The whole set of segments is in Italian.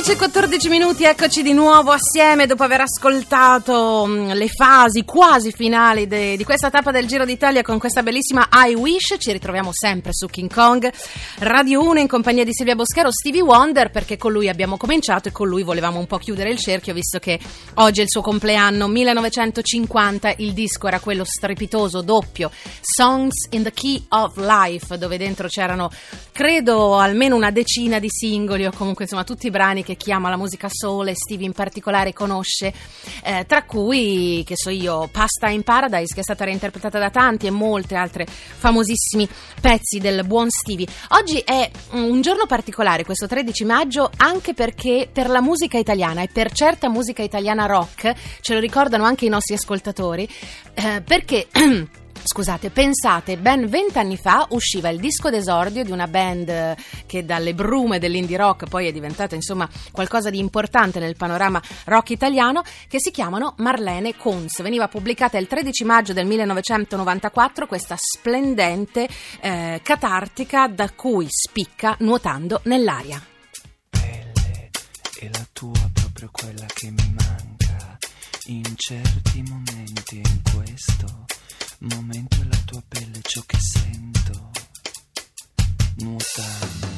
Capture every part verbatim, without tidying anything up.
undici e quattordici minuti, eccoci di nuovo assieme dopo aver ascoltato mh, le fasi quasi finali de, di questa tappa del Giro d'Italia con questa bellissima I Wish. Ci ritroviamo sempre su King Kong Radio uno in compagnia di Silvia Boschero, Stevie Wonder, perché con lui abbiamo cominciato e con lui volevamo un po' chiudere il cerchio, visto che oggi è il suo compleanno. Millenovecentocinquanta, il disco era quello strepitoso doppio Songs in the Key of Life, dove dentro c'erano credo almeno una decina di singoli o comunque insomma tutti i brani che chi ama la musica soul e Stevie in particolare conosce, eh, tra cui, che so io, Pasta in Paradise, che è stata reinterpretata da tanti, e molte altre famosissimi pezzi del buon Stevie. Oggi è un giorno particolare, questo tredici maggio, anche perché per la musica italiana e per certa musica italiana rock, ce lo ricordano anche i nostri ascoltatori, eh, perché scusate, pensate, ben vent'anni fa usciva il disco d'esordio di una band che dalle brume dell'indie rock poi è diventata insomma qualcosa di importante nel panorama rock italiano, che si chiamano Marlene Kunz. Veniva pubblicata il tredici maggio del millenovecentonovantaquattro questa splendente eh, catartica da cui spicca Nuotando nell'aria. Pelle è la tua, proprio quella che mi manca in certi momenti, in questo momento è la tua pelle ciò che sento, nuotando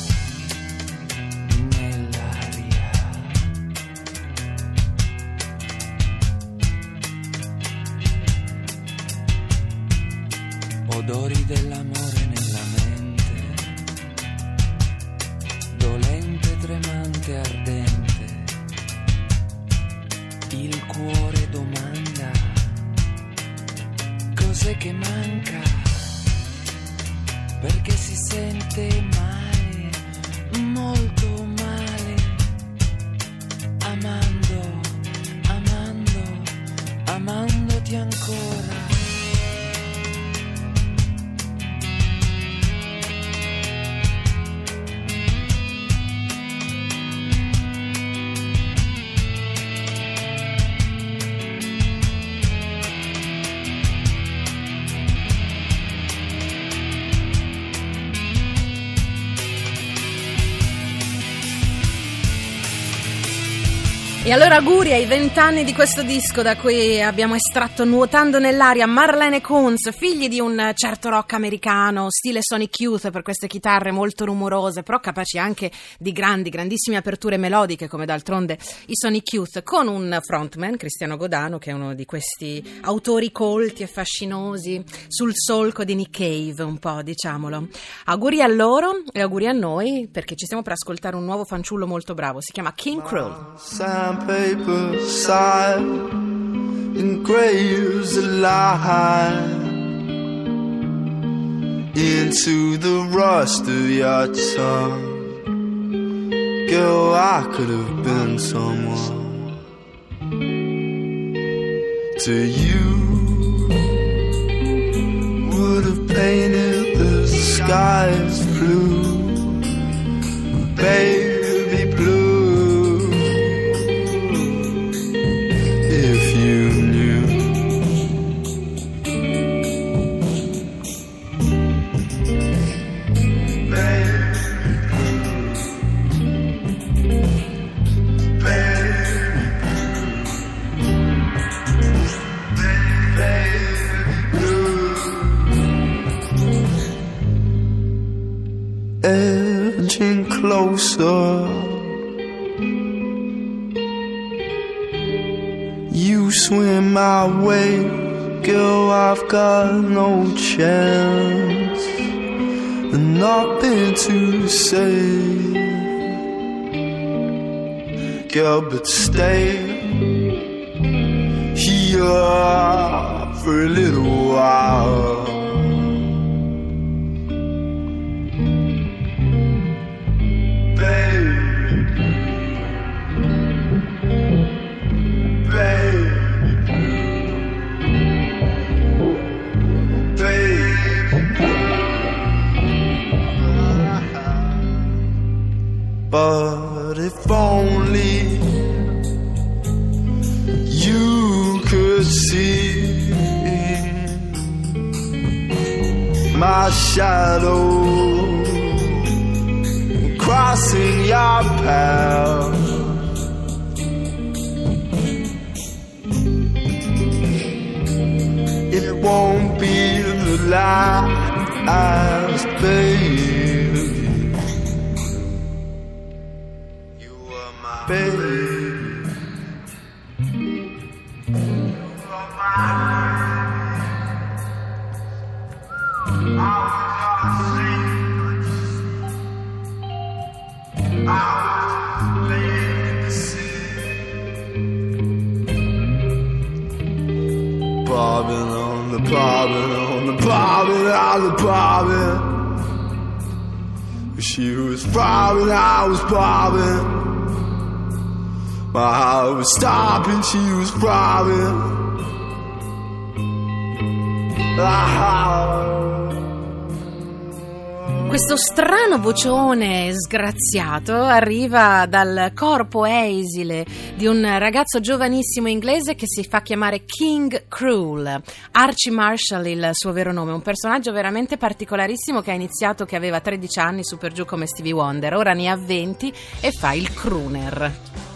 nell'aria. Odori dell'amore nella mente, dolente, tremante, ardente, il cuore domanda cos'è che manca, perché si sente male, molto male, amando, amando, amandoti ancora. E allora auguri ai vent'anni di questo disco da cui abbiamo estratto Nuotando nell'aria, Marlene Kunz, figli di un certo rock americano, stile Sonic Youth, per queste chitarre molto rumorose, però capaci anche di grandi, grandissime aperture melodiche, come d'altronde i Sonic Youth, con un frontman, Cristiano Godano, che è uno di questi autori colti e fascinosi, sul solco di Nick Cave, un po', diciamolo. Auguri a loro e auguri a noi, perché ci stiamo per ascoltare un nuovo fanciullo molto bravo, si chiama King Cruel. Paper side engraves a line into the rust of your tongue. Girl, I could have been someone to you, would have painted the skies blue, baby blue. Edging closer, you swim my way, girl, I've got no chance, and nothing to say, girl, but stay here for a little while. But if only you could see my shadow crossing your path. It won't be the last, baby. You are my baby. Bobbing on the bobbing on the bobbing on the bobbing. She was bobbing, I was bobbing. My heart was stopping, she was bobbing. Ah. Questo strano vocione sgraziato arriva dal corpo esile di un ragazzo giovanissimo inglese che si fa chiamare King Krule. Archie Marshall il suo vero nome, un personaggio veramente particolarissimo che ha iniziato che aveva tredici anni, su per giù come Stevie Wonder, ora ne ha venti e fa il crooner.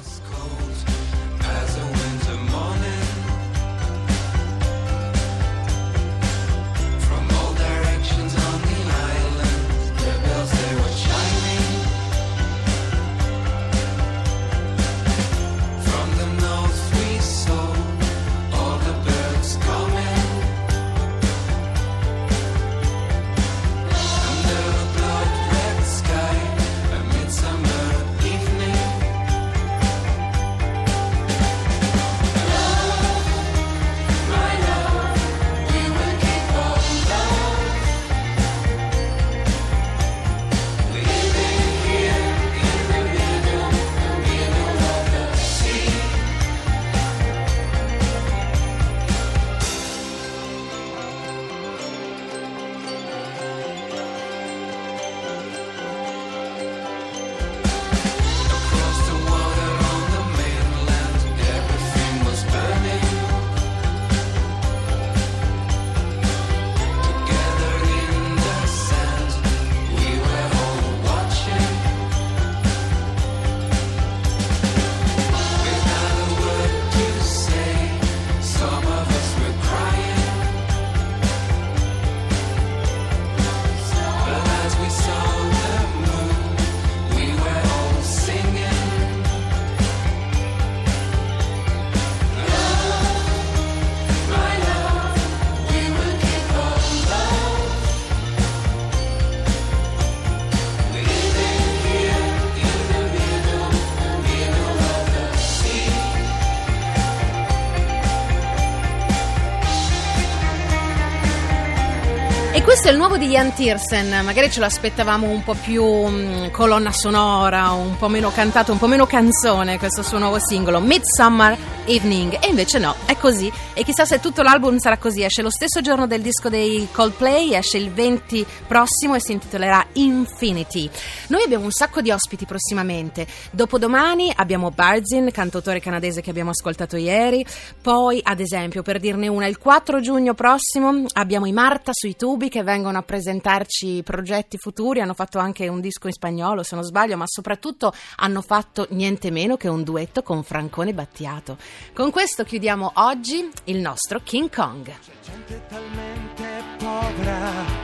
Questo è il nuovo di Ian Tiersen, magari ce lo aspettavamo un po' più um, colonna sonora, un po' meno cantato, un po' meno canzone, questo suo nuovo singolo, Midsummer Evening, e invece no, è così, e chissà se tutto l'album sarà così. Esce lo stesso giorno del disco dei Coldplay, esce il venti prossimo e si intitolerà Infinity. Noi abbiamo un sacco di ospiti prossimamente, dopodomani abbiamo Barzin, cantautore canadese che abbiamo ascoltato ieri, poi ad esempio, per dirne una, il quattro giugno prossimo abbiamo i Marta sui tubi che vengono a presentarci progetti futuri, hanno fatto anche un disco in spagnolo se non sbaglio, ma soprattutto hanno fatto niente meno che un duetto con Francone Battiato. Con questo chiudiamo oggi il nostro King Kong. C'è gente talmente povera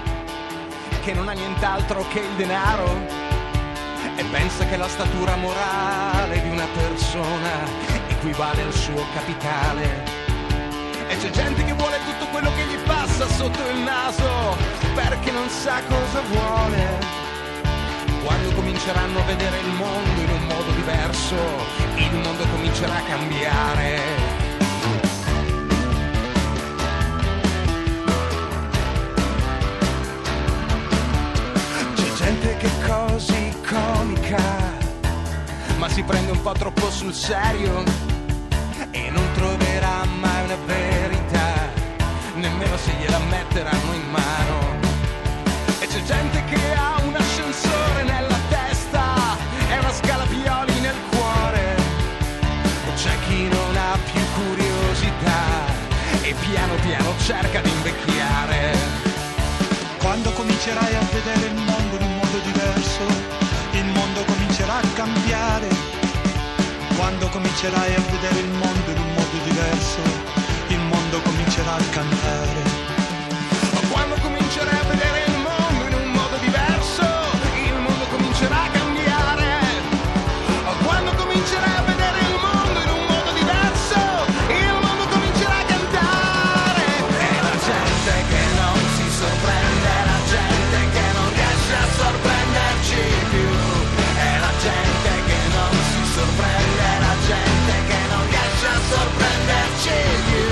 che non ha nient'altro che il denaro e pensa che la statura morale di una persona equivale al suo capitale. E c'è gente che vuole tutto quello che gli passa sotto il naso perché non sa cosa vuole. Quando cominceranno a vedere il mondo in un modo diverso, il mondo comincerà a cambiare. C'è gente che è così comica, ma si prende un po' troppo sul serio e non troverà mai una verità, nemmeno se gliela metteranno in mano. E c'è gente che ha un ascensore nella testa e una scala pioli nel cuore. C'è chi non ha più curiosità e piano piano cerca di invecchiare. Quando comincerai a vedere il mondo in un modo diverso, il mondo comincerà quando comincerai a vedere il mondo in un modo diverso, il mondo comincerà a cantare. Quando comincerai a vedere il mondo in un modo diverso, il mondo comincerà a cambiare. Quando comincerai a vedere il mondo in un modo diverso, il mondo comincerà a cantare. E la gente che non si sorprende, la gente che non riesce a sorprenderci più. E la gente che non si sorprende, la gente che non riesce a sorprenderci più.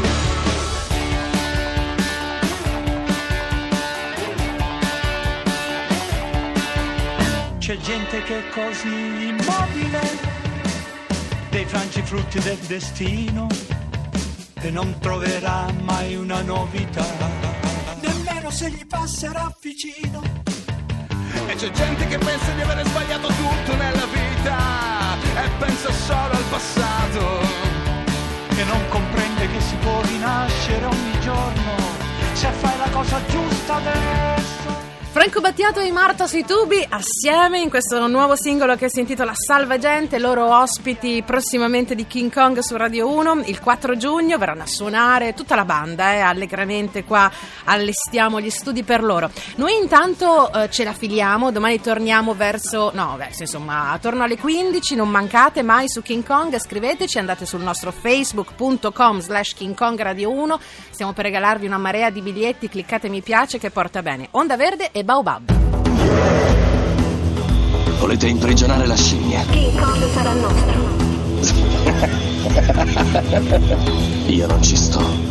C'è gente che è così immobile, dei frangifrutti del destino, e non troverà mai una novità, nemmeno se gli passerà vicino. E c'è gente che pensa di aver sbagliato tutto nella vita e pensa solo al passato, E non comprende che si può rinascere ogni giorno se fai la cosa giusta adesso. Franco Battiato e Marta sui tubi assieme in questo nuovo singolo che si intitola Salva Gente. Loro ospiti prossimamente di King Kong su Radio uno il quattro giugno, verranno a suonare tutta la banda, eh, allegramente qua allestiamo gli studi per loro. Noi intanto eh, ce la filiamo, domani torniamo verso, no verso insomma attorno alle quindici, non mancate mai su King Kong, scriveteci, andate sul nostro facebook punto com slash King Kong Radio uno, stiamo per regalarvi una marea di biglietti, cliccate mi piace che porta bene. Onda Verde e Baobab. Volete imprigionare la scimmia? King Kong sarà nostro. Io non ci sto.